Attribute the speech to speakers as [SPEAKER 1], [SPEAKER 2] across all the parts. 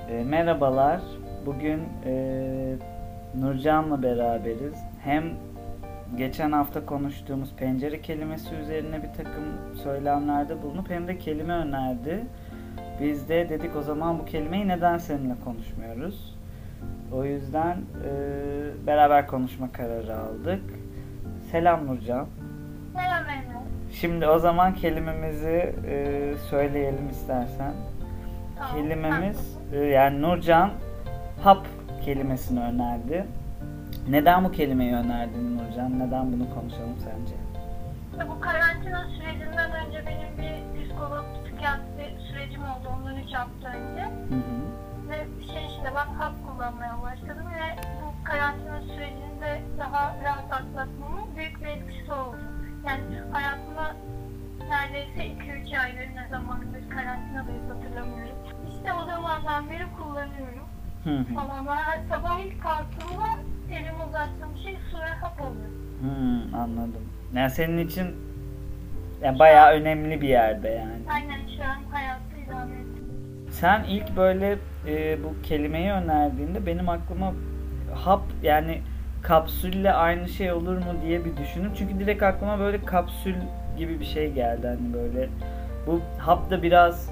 [SPEAKER 1] Merhabalar. Bugün Nurcan'la beraberiz. Hem geçen hafta konuştuğumuz pencere kelimesi üzerine bir takım söylemlerde bulunup hem de kelime önerdi. Biz de dedik o zaman bu kelimeyi neden seninle konuşmuyoruz? O yüzden beraber konuşma kararı aldık. Selam Nurcan.
[SPEAKER 2] Merhaba Emre.
[SPEAKER 1] Şimdi o zaman kelimemizi söyleyelim istersen.
[SPEAKER 2] Tamam.
[SPEAKER 1] Kelimemiz yani Nurcan hap kelimesini önerdi. Neden bu kelimeyi önerdin Nurcan? Neden bunu konuşalım sence?
[SPEAKER 2] Bu karantina sürecinden önce benim bir psikolog, psikiyatri sürecim oldu. Ondan 3 hafta önce. Ve ben hap kullanmaya başladım ve bu karantina sürecinde daha rahat atlatmamın büyük bir etkisi oldu. Yani hayatıma neredeyse 2-3 aydır ne zamandır karantinadayız hatırlamıyorum. İşte o zamandan beri kullanıyorum. Ama her sabah ilk kalktığımda elime uzattığım şey su ve hap oluyor.
[SPEAKER 1] Anladım. Yani senin için yani bayağı önemli bir yerde yani.
[SPEAKER 2] Aynen, şu an hayatı idame ediyorum.
[SPEAKER 1] Sen ilk böyle bu kelimeyi önerdiğinde benim aklıma hap yani kapsülle aynı şey olur mu diye bir düşündüm. Çünkü direkt aklıma böyle kapsül gibi bir şey geldi hani böyle. Bu hap da biraz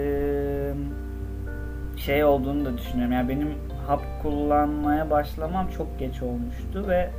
[SPEAKER 1] şey olduğunu da düşünüyorum. Yani benim hap kullanmaya başlamam çok geç olmuştu ve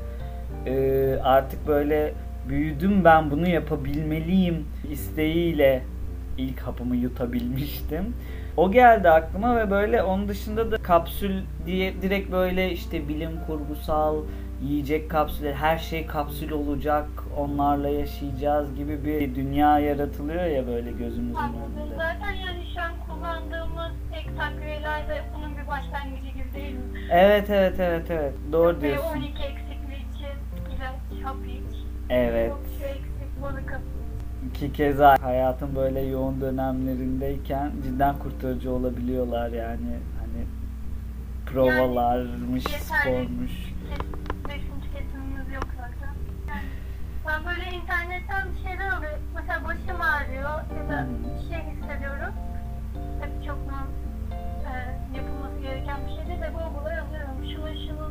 [SPEAKER 1] artık böyle büyüdüm, ben bunu yapabilmeliyim isteğiyle ilk hapımı yutabilmiştim. O geldi aklıma ve böyle onun dışında da kapsül diye direkt böyle işte bilim kurgusal yiyecek kapsülleri, her şey kapsül olacak, onlarla yaşayacağız gibi bir dünya yaratılıyor ya böyle gözümüzün önünde.
[SPEAKER 2] Zaten yani şu an kullandığımız ek takviyeler de bunun bir başlangıcı gibi değil mi?
[SPEAKER 1] Evet. Doğru diyorsun.
[SPEAKER 2] B12 eksikliği için ilaç, hap iç.
[SPEAKER 1] Evet.
[SPEAKER 2] Yok şu eksik, balık hapı.
[SPEAKER 1] Ki keza hayatın böyle yoğun dönemlerindeyken cidden kurtarıcı olabiliyorlar yani hani provalarmış,
[SPEAKER 2] Yani
[SPEAKER 1] spormuş.
[SPEAKER 2] Besin tüketimimiz yok zaten. Yani ben böyle internetten bir şeyler alıyorum. Mesela başım ağrıyor ya da bir şey hissediyorum. Tabii çok yapılması gereken bir şey değil de Google'a yazıyorum. Şunun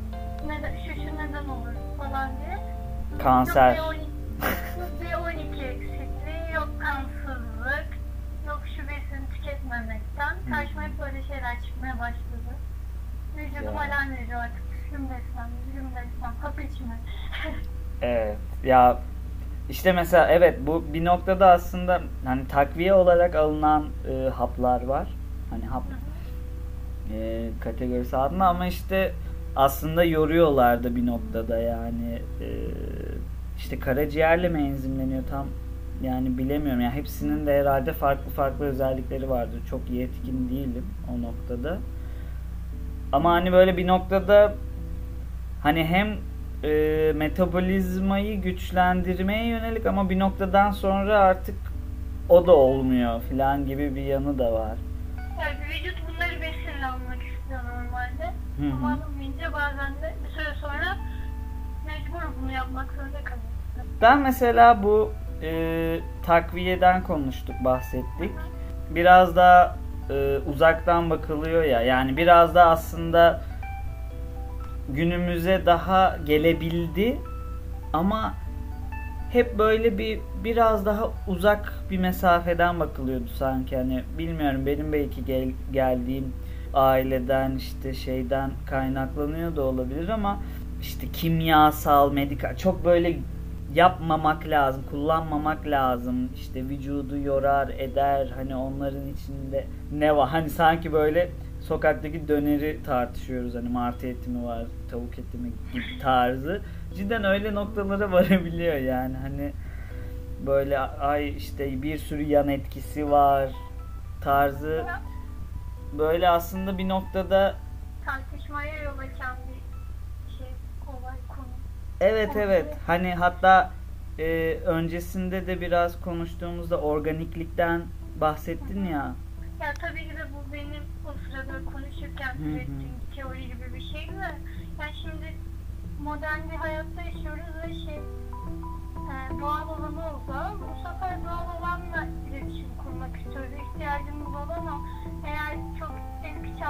[SPEAKER 2] şu neden olur falan diye.
[SPEAKER 1] Kanser.
[SPEAKER 2] Yok B12 eksikliği, yok kansızlık, yok şu besin tüketmemekten. Karşıma hep böyle şeyler çıkmaya başladı. Vücudum alarm veriyor artık. Düzgün beslen, hap içme.
[SPEAKER 1] Evet. Ya işte mesela evet bu bir noktada aslında hani takviye olarak alınan haplar var. Hani hap kategorisi adına ama işte aslında yoruyorlar da bir noktada yani işte karaciğerle mi enzimleniyor tam yani bilemiyorum. Yani hepsinin de herhalde farklı özellikleri vardır. Çok yetkin değilim o noktada. Ama hani böyle bir noktada hani hem metabolizmayı güçlendirmeye yönelik ama bir noktadan sonra artık o da olmuyor filan gibi bir yanı da var.
[SPEAKER 2] Yani vücut bunları besinle almak istiyor normalde. Ama alınmayınca bazen de bir süre sonra mecbur bunu yapmak zorunda kalıyorsun.
[SPEAKER 1] Ben mesela bu takviyeden konuştuk, bahsettik. Biraz daha uzaktan bakılıyor ya. Yani biraz da aslında günümüze daha gelebildi ama hep böyle biraz daha uzak bir mesafeden bakılıyordu sanki. Hani bilmiyorum, benim belki geldiğim aileden işte şeyden kaynaklanıyor da olabilir ama işte kimyasal, medikal çok böyle yapmamak lazım, kullanmamak lazım. İşte vücudu yorar eder. Hani onların içinde ne var? Hani sanki böyle sokaktaki döneri tartışıyoruz. Hani martı eti mi var, tavuk eti mi gibi tarzı. Cidden öyle noktalara varabiliyor yani. Hani böyle ay işte bir sürü yan etkisi var tarzı. Böyle aslında bir noktada
[SPEAKER 2] tartışmaya yol açan bir şey, olay, konu.
[SPEAKER 1] Evet. Hani hatta öncesinde de biraz konuştuğumuzda organiklikten bahsettin ya.
[SPEAKER 2] Ya tabii ki de bu benim o sırada konuşurken ürettiğim teori gibi bir şey mi? Yani şimdi modern bir hayatta yaşıyoruz ve doğal olanı oldu. Bu sefer doğal olanla iletişim kurmak istiyoruz. İhtiyacımız olan o. Eğer çok eski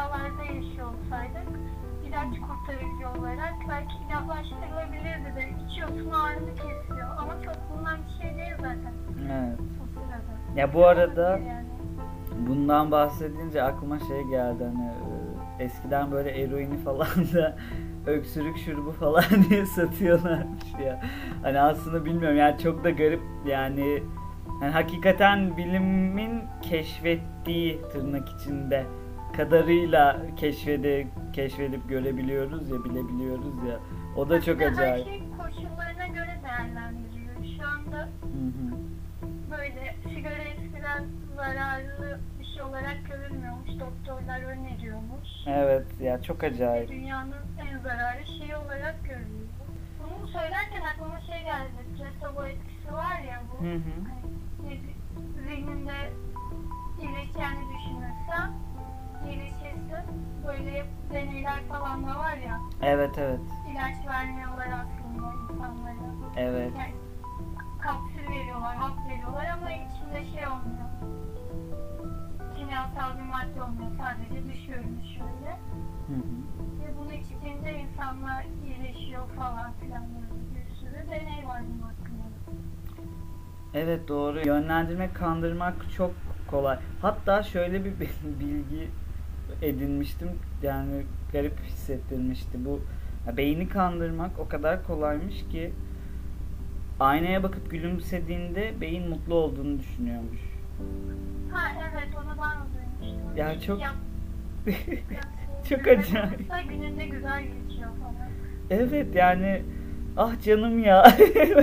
[SPEAKER 2] ilaç kurtarıcı olarak belki ilahlaştırılabilirdi de içiyorsun ağrını kesiyor ama çok bundan bir şey değil zaten.
[SPEAKER 1] Evet.
[SPEAKER 2] O sırada.
[SPEAKER 1] Ya bu arada
[SPEAKER 2] Yani.
[SPEAKER 1] bundan bahsedince aklıma şey geldi, hani eskiden böyle eroini falan da öksürük şurubu falan diye satıyorlarmış ya. Hani aslında bilmiyorum yani, çok da garip yani hakikaten bilimin keşfettiği tırnak içinde kadarıyla keşfedip görebiliyoruz ya, bilebiliyoruz ya. O da çok acayip.
[SPEAKER 2] Her şey koşullarına göre değerlendiriyor. Şu anda böyle sigara eskiden zararlı bir şey olarak görülmüyormuş. Doktorlar öneriyormuş.
[SPEAKER 1] Evet ya, çok acayip.
[SPEAKER 2] Dünyanın en zararlı şeyi olarak görülüyor. Bunu söylerken aklıma şey geldi. Placebo etkisi var ya bu. Hani, zihninde iyileşeceğini düşünürsen iyileşirsin. Böyle deneyler falan da var ya.
[SPEAKER 1] Evet evet.
[SPEAKER 2] İlaç vermiyorlar aslında insanlara.
[SPEAKER 1] Evet.
[SPEAKER 2] Yani, kapsül veriyorlar, hap veriyorlar ama içinde şey olmuyor. Kimyasal bir madde olmuyor. Sadece düşüyoruz şöyle. Ve bunu içtiğinde insanlar iyileşiyor falan filan. Bir sürü deney var bunun hakkında.
[SPEAKER 1] Evet doğru. Yönlendirmek, kandırmak çok kolay. Hatta şöyle bir bilgi edinmiştim. Yani garip hissettirmişti. Bu beyni kandırmak o kadar kolaymış ki aynaya bakıp gülümsediğinde beyin mutlu olduğunu düşünüyormuş.
[SPEAKER 2] Ha evet, onu ben de duymuştum.
[SPEAKER 1] Ya çok çok acayip.
[SPEAKER 2] Gününde güzel geçiyor falan.
[SPEAKER 1] Evet yani ah canım ya.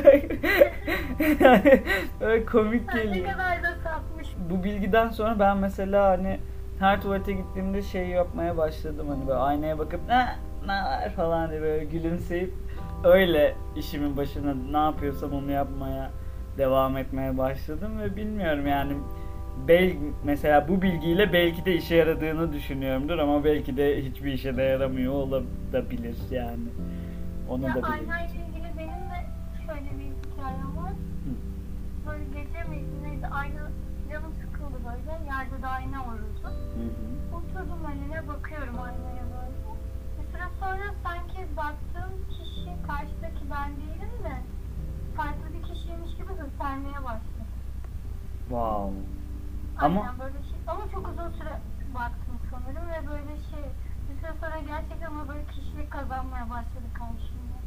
[SPEAKER 1] Böyle komik geliyor.
[SPEAKER 2] Ne kadar da sapmış.
[SPEAKER 1] Bu bilgiden sonra ben mesela hani her tuvalete gittiğimde şey yapmaya başladım, hani böyle aynaya bakıp ne var falan diye böyle gülümseyip öyle işimin başına ne yapıyorsam onu yapmaya devam etmeye başladım ve bilmiyorum yani mesela bu bilgiyle belki de işe yaradığını düşünüyorumdur ama belki de hiçbir işe de yaramıyor olabilir yani. Onu
[SPEAKER 2] ya
[SPEAKER 1] da bilir.
[SPEAKER 2] aynayla ilgili benim de şöyle bir hikayem var. Böyle gece miydi neydi, ayna, canım sıkıldı böyle, yerde de ayna var uzun. Oturdum önüne, bakıyorum aynaya böyle. Bir süre sonra sanki baktığım kişi karşıdaki ben değilim de farklı bir kişiymiş gibi ürpermeye başladı.
[SPEAKER 1] Wow.
[SPEAKER 2] Aynen
[SPEAKER 1] Ama
[SPEAKER 2] böyle şey. Ama çok uzun süre baktım sanırım ve böyle şey, bir süre sonra gerçekten o böyle kişilik kazanmaya başladı karşımda.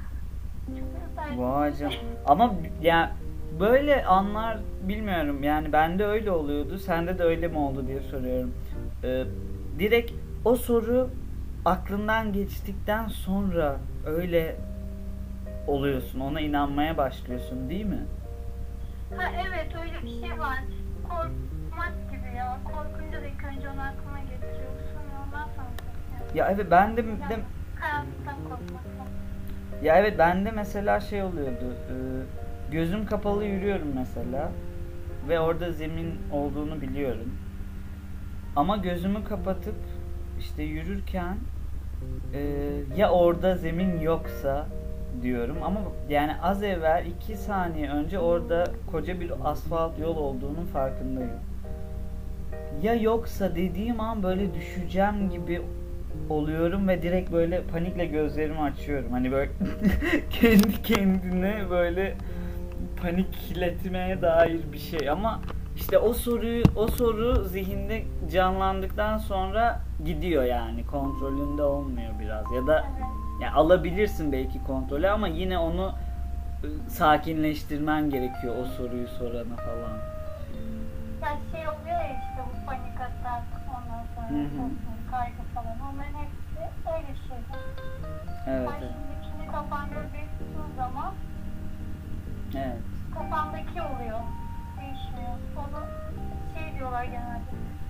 [SPEAKER 1] vay canına. Ama yani böyle anlar bilmiyorum yani, bende öyle oluyordu, sende de öyle mi oldu diye soruyorum. Direkt o soru aklından geçtikten sonra öyle oluyorsun, ona inanmaya başlıyorsun değil mi?
[SPEAKER 2] Ha evet, öyle bir şey var. Korkmak gibi ya. Korkunca da ilk önce onu aklına getiriyorsun ve ondan sonra korkuyorsun.
[SPEAKER 1] Ya evet ben de
[SPEAKER 2] Karanlıktan korkmaktan.
[SPEAKER 1] ya evet ben de mesela şey oluyordu. Gözüm kapalı yürüyorum mesela ve orada zemin olduğunu biliyorum. Ama gözümü kapatıp işte yürürken ya orada zemin yoksa diyorum ama yani az evvel 2 saniye önce orada koca bir asfalt yol olduğunun farkındayım. Ya yoksa dediğim an böyle düşeceğim gibi oluyorum ve direkt böyle panikle gözlerimi açıyorum. Hani böyle kendi kendine böyle panikletmeye dair bir şey ama işte o soru zihinde canlandıktan sonra gidiyor yani, kontrolünde olmuyor biraz ya da yani alabilirsin belki kontrolü ama yine onu sakinleştirmen gerekiyor o soruyu sorana falan.
[SPEAKER 2] Ya şey oluyor ya işte, bu panik atak, ondan sonra kaygı falan, onların hepsi öyle şeyler.
[SPEAKER 1] Evet.
[SPEAKER 2] Karşındakini kafanda büyüttüğün zaman
[SPEAKER 1] Evet.
[SPEAKER 2] kafandaki oluyor, değişmiyor. Onu şey diyorlar genelde,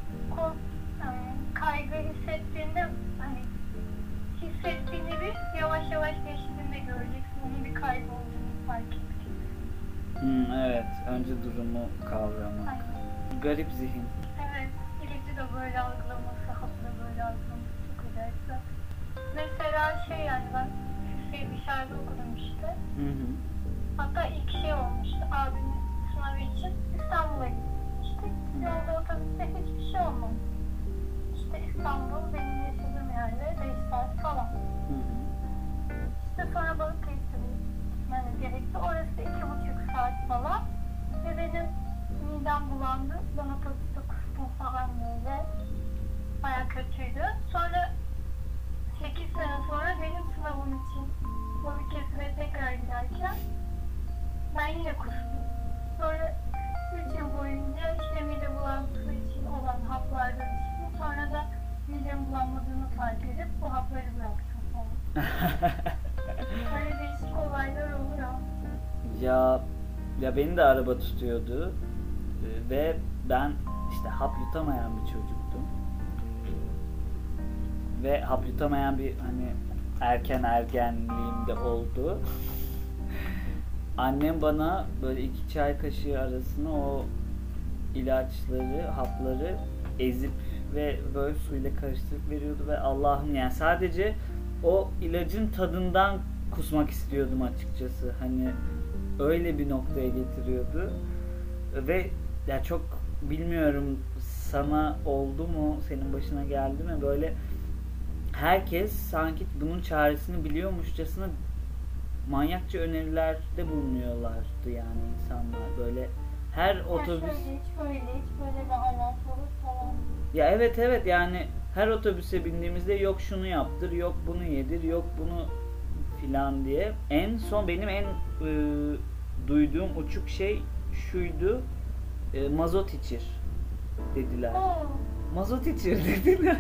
[SPEAKER 2] kaygı hissettiğinde hani hissettiğini bir yavaş yavaş geçtiğinde göreceksin, onun bir kaygı olduğunu fark edeceksin.
[SPEAKER 1] Evet, önce durumu kavramak.
[SPEAKER 2] Aynen.
[SPEAKER 1] Garip zihin.
[SPEAKER 2] Evet, ilacı da böyle algılaması, hapı da böyle algılaması çok acayip. Mesela şey yani, ben bir şarkı okudum işte. Hatta ilk şey olmuştu, abimin sınavı için İstanbul'a gitmiştik. Yolda otobüste hiçbir şey olmadı. İşte İstanbul benim yaşadığım yerde 5 saat falan.
[SPEAKER 1] Hı hı.
[SPEAKER 2] İşte sonra Balıkesir'e gitmemiz gerekti. Orası 2,5 saat falan. Ve benim midem bulandı. Ben otobüste kustum falan böyle. Baya kötüydü. Sonra 8 sene sonra benim sınavım için Balıkesir'e tekrar giderken ben yine kustum. Sonra 3 yıl boyunca işte mide bulantısı için olan haplardan içtim. Sonra da midem bulanmadığını fark edip bu hapları bıraktım falan. Böyle değişik olaylar oluyor.
[SPEAKER 1] Ya beni de araba tutuyordu. Ve ben işte hap yutamayan bir çocuktum. Ve hap yutamayan bir hani erken ergenliğimde oldu. Annem bana böyle 2 çay kaşığı arasına o ilaçları, hapları ezip ve böyle suyla karıştırıp veriyordu ve Allah'ım, yani sadece o ilacın tadından kusmak istiyordum açıkçası. Hani öyle bir noktaya getiriyordu. Ve ya çok bilmiyorum, sana oldu mu, senin başına geldi mi, böyle herkes sanki bunun çaresini biliyormuşçasına manyakça önerilerde bulunuyorlardı yani insanlar. Böyle her otobüs...
[SPEAKER 2] Hiç böyle bir alakalı falan.
[SPEAKER 1] Ya evet yani her otobüse bindiğimizde yok şunu yaptır, yok bunu yedir, yok bunu filan diye. En son benim en duyduğum uçuk şey şuydu. Mazot içir dediler. Mazot içir dediler.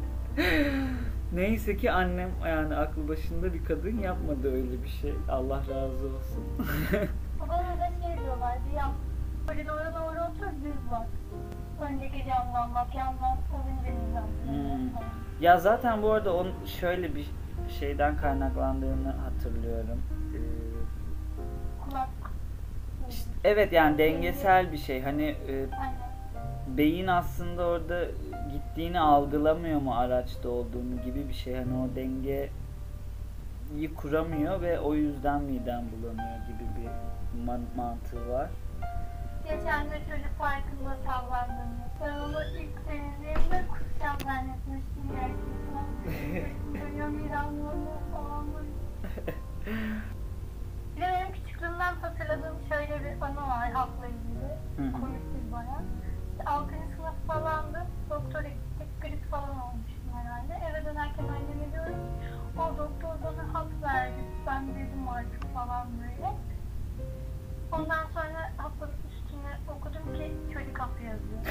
[SPEAKER 1] Neyse ki annem yani aklı başında bir kadın yapmadı öyle bir şey. Allah razı olsun.
[SPEAKER 2] Bana da şey diyorlardı ya, böyle doğru otur düz bak. Öndeki camdan bak, yandan onun denizden.
[SPEAKER 1] Ya zaten bu arada onun şöyle bir şeyden kaynaklandığını hatırlıyorum.
[SPEAKER 2] Kulak.
[SPEAKER 1] İşte, evet yani dengesel bir şey. Hani
[SPEAKER 2] Aynen.
[SPEAKER 1] beyin aslında orada gittiğini algılamıyor mu araçta olduğunu gibi bir şey. Hani o dengeyi kuramıyor ve o yüzden miden bulanıyor gibi bir mantığı var.
[SPEAKER 2] Geçen de çocuk parkında sallandığımda ben onu ilk temizliğimde kusacağım zannetmiştim gerçekten. Böyle midem bulanıyor falan böyle. Bir de benim küçüklüğümden hatırladığım şöyle bir anı var hapla ilgili. Komik bir bayağı. 6. sınıf falandı. Doktora gittik. Grip falan olmuştum herhalde. Eve dönerken anneme diyorum. O doktor bana hap verdi. Ben dedim artık falan böyle. Ondan sonra hapın üstüne okudum ki çocuk hapı yazıyor.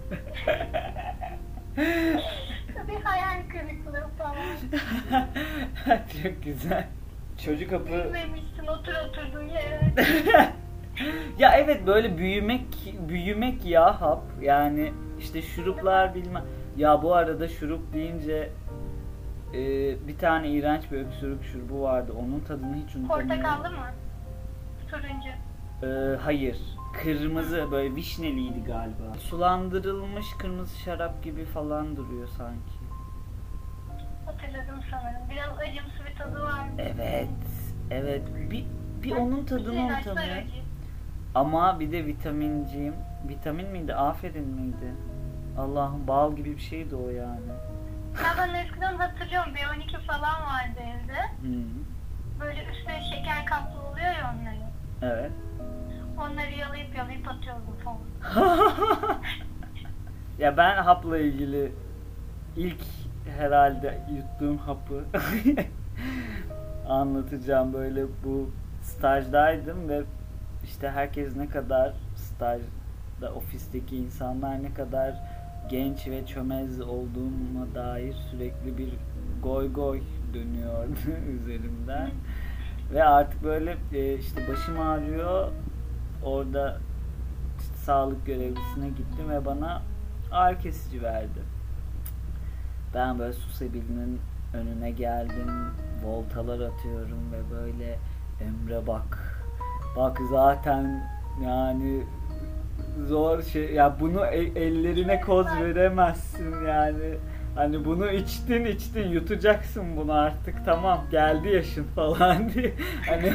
[SPEAKER 2] Bir hayal kırıklığı falan.
[SPEAKER 1] Çok güzel. Çocuk hapı...
[SPEAKER 2] Bilmemişsin oturduğun yere.
[SPEAKER 1] Ya evet, böyle büyümek ya hap. Yani işte şuruplar bilmem. Ya bu arada şurup deyince bir tane iğrenç bir öksürük şurubu vardı. Onun tadını hiç unutamıyorum.
[SPEAKER 2] Portakallı mı? Turuncu.
[SPEAKER 1] Hayır. Kırmızı, böyle vişneliydi galiba. Sulandırılmış kırmızı şarap gibi falan duruyor sanki.
[SPEAKER 2] Hatırladım sanırım. Biraz acımsı bir tadı vardı.
[SPEAKER 1] Evet. Bir onun tadını unutamıyorum. Ama bir de vitaminciyim. Vitamin miydi? Aferin miydi? Allah'ım, bal gibi bir şeydi o yani.
[SPEAKER 2] Ya ben eskiden hatırlıyorum. B12 falan vardı evde. Böyle üstüne şeker kaplı oluyor ya onların.
[SPEAKER 1] Evet.
[SPEAKER 2] Onları yalayıp atıyordum falan.
[SPEAKER 1] Ya ben hapla ilgili ilk herhalde yuttuğum hapı anlatacağım. Böyle bu stajdaydım ve işte herkes ne kadar stajda, ofisteki insanlar ne kadar genç ve çömez olduğuma dair sürekli bir goy dönüyordu üzerimden. Ve artık böyle işte başım ağrıyor. Orada işte sağlık görevlisine gittim ve bana ağrı kesici verdi. Ben böyle Susebil'in önüne geldim. Voltalar atıyorum ve böyle Emre bak zaten yani zor şey ya, bunu ellerine koz veremezsin yani. Hani bunu içtin yutacaksın bunu artık, tamam geldi yaşın falan diye. Hani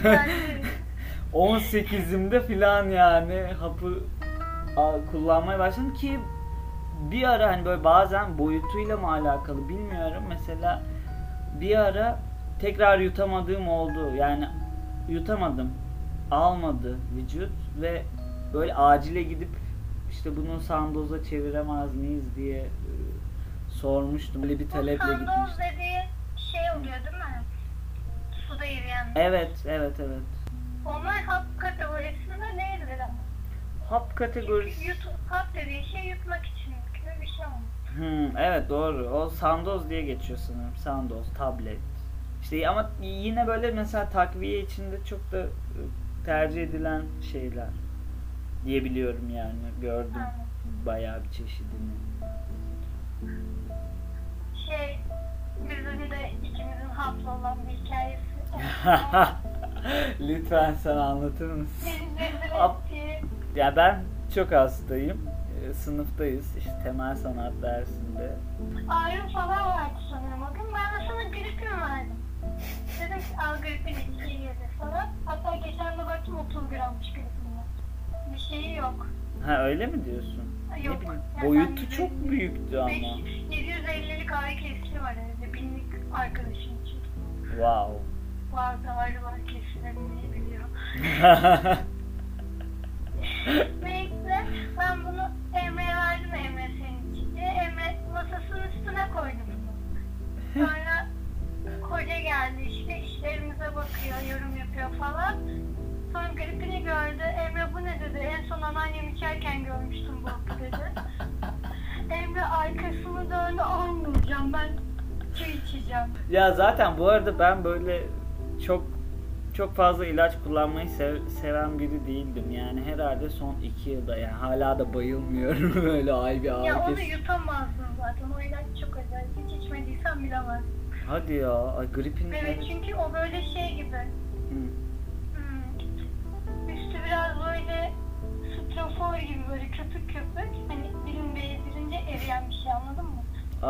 [SPEAKER 1] 18'imde falan yani hapı kullanmaya başladım ki bir ara hani böyle bazen boyutuyla mı alakalı bilmiyorum. Mesela bir ara tekrar yutamadığım oldu. Yani yutamadım. Almadı vücut ve böyle acile gidip işte bunu sandoza çeviremez miyiz diye sormuştum. Böyle bir taleple
[SPEAKER 2] sandoz
[SPEAKER 1] gitmiştim.
[SPEAKER 2] dediği şey oluyor değil mi? Suda eriyen.
[SPEAKER 1] Evet.
[SPEAKER 2] Onlar hap kategorisinde değildir ama.
[SPEAKER 1] Hap kategorisi.
[SPEAKER 2] Hap dediği şey yutmak için gibi bir şey olmuş.
[SPEAKER 1] Evet doğru. O sandoz diye geçiyor sanırım. Sandoz, tablet. İşte ama yine böyle mesela takviye içinde çok da tercih edilen şeyler diyebiliyorum yani. Gördüm bayağı bir çeşidini.
[SPEAKER 2] Bizim de ikimizin haplı olan bir hikayesi.
[SPEAKER 1] Lütfen sen anlatır mısın?
[SPEAKER 2] Hap.
[SPEAKER 1] Ya ben çok hastayım. Sınıftayız işte temel sanat dersinde.
[SPEAKER 2] Ağrım falan vardı sanırım o gün. Ben de sana gripim verdim. Dedim ki al gripin iyi gelir falan. Hatta geçen de baktım 30 grammış gripim var. Bir şeyi yok.
[SPEAKER 1] Ha öyle mi diyorsun?
[SPEAKER 2] Yok.
[SPEAKER 1] Ne bileyim.
[SPEAKER 2] Yani
[SPEAKER 1] Boyutu çok büyüktü ama.
[SPEAKER 2] 750'lik ağrı kesici var evde. Binlik arkadaşım için.
[SPEAKER 1] Wow.
[SPEAKER 2] Bazı ağrılar kesilemeyi biliyor. Neyse ben bunu Emre'ye verdim, Emre senin için diye. Emre masasının üstüne koydu bunu. Sonra hoca geldi işte işlerimize bakıyor, yorum yapıyor falan. Sonra gripini gördü. Emre bu ne dedi? En son anneannem içerken görmüştüm bu dedi. Emre arkasını döndü, almayacağım ben çay içeceğim.
[SPEAKER 1] Ya zaten bu arada ben böyle çok fazla ilaç kullanmayı seven biri değildim. Yani herhalde son 2 yılda yani hala da bayılmıyorum öyle ay bir ağrı
[SPEAKER 2] Ya onu
[SPEAKER 1] kes.
[SPEAKER 2] yutamazdın zaten. O ilaç çok özel. Hiç içmediysen bilemezsin.
[SPEAKER 1] Hadi ya, ay gripin.
[SPEAKER 2] Evet çünkü o böyle şey gibi. Üstü biraz böyle strafor gibi böyle köpük köpük. Hani dilin bezdirince eriyen bir şey, anladın mı?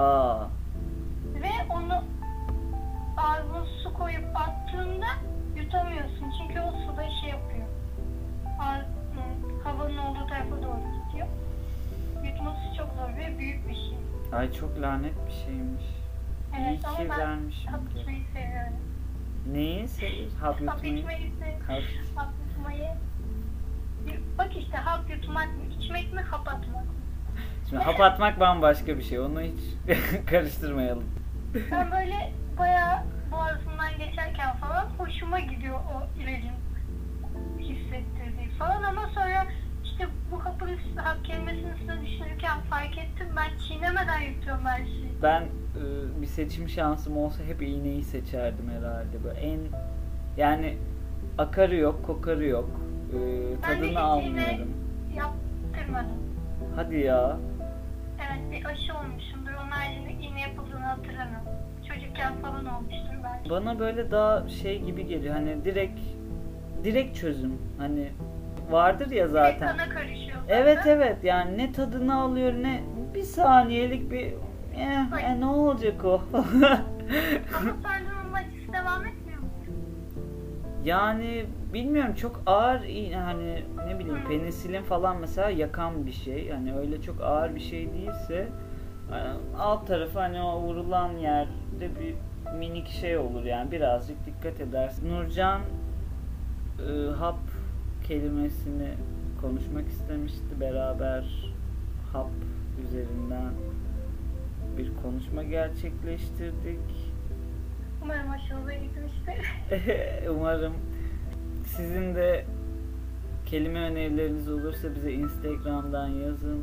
[SPEAKER 2] Ve onu ağzına su koyup attığında yutamıyorsun. Çünkü o suda şey yapıyor. Havanın olduğu tarafa doğru gidiyor. Yutması çok zor ve büyük bir şey.
[SPEAKER 1] Ay çok lanet bir şeymiş.
[SPEAKER 2] Evet,
[SPEAKER 1] İyi
[SPEAKER 2] ama
[SPEAKER 1] ki
[SPEAKER 2] ben
[SPEAKER 1] vermişim.
[SPEAKER 2] hap içmeyi seviyorum.
[SPEAKER 1] Neyi seviyorsun? Hap
[SPEAKER 2] Hap
[SPEAKER 1] yutmayı.
[SPEAKER 2] içmeyi seviyorum. Hap yutmayı. Bak işte hap yutmak mı, içmek mi, hap atmak mı?
[SPEAKER 1] Şimdi hap atmak bambaşka bir şey. Onu hiç karıştırmayalım.
[SPEAKER 2] Ben böyle bayağı boğazımdan geçerken falan hoşuma gidiyor o ilacın hissettirdiği falan, ama sonra işte bu hapın hap kelimesinin üstüne düşünürken fark ettim, ben çiğnemeden yutuyorum her şeyi.
[SPEAKER 1] Ben bir seçim şansım olsa hep iğneyi seçerdim herhalde. Böyle yani akarı yok, kokarı yok. Tadını almıyorum.
[SPEAKER 2] Yaptırmadım.
[SPEAKER 1] Hadi ya.
[SPEAKER 2] Evet, bir aşı olmuşumdur. Onun haricinde iğne yapıldığını hatırlamıyorum. Çocukken falan olmuştur belki.
[SPEAKER 1] Bana böyle daha şey gibi geliyor. Hani direkt çözüm. Hani vardır ya zaten.
[SPEAKER 2] Kana karışıyor zaten.
[SPEAKER 1] Evet yani ne tadını alıyor ne bir saniyelik bir ne olacak o?
[SPEAKER 2] Ama sendromun acısı devam etmiyor mu?
[SPEAKER 1] Yani bilmiyorum, çok ağır hani ne bileyim penisilin falan mesela yakan bir şey. Hani öyle çok ağır bir şey değilse alt tarafı hani o vurulan yerde bir minik şey olur yani birazcık dikkat edersin. Nurcan hap kelimesini konuşmak istemişti, beraber hap üzerinden bir konuşma gerçekleştirdik.
[SPEAKER 2] Umarım hoşunuza gitmiştir.
[SPEAKER 1] Umarım. Sizin de kelime önerileriniz olursa bize Instagram'dan yazın.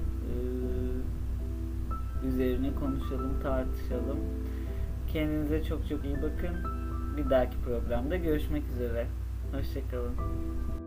[SPEAKER 1] Üzerine konuşalım, tartışalım. Kendinize çok iyi bakın. Bir dahaki programda görüşmek üzere. Hoşça kalın.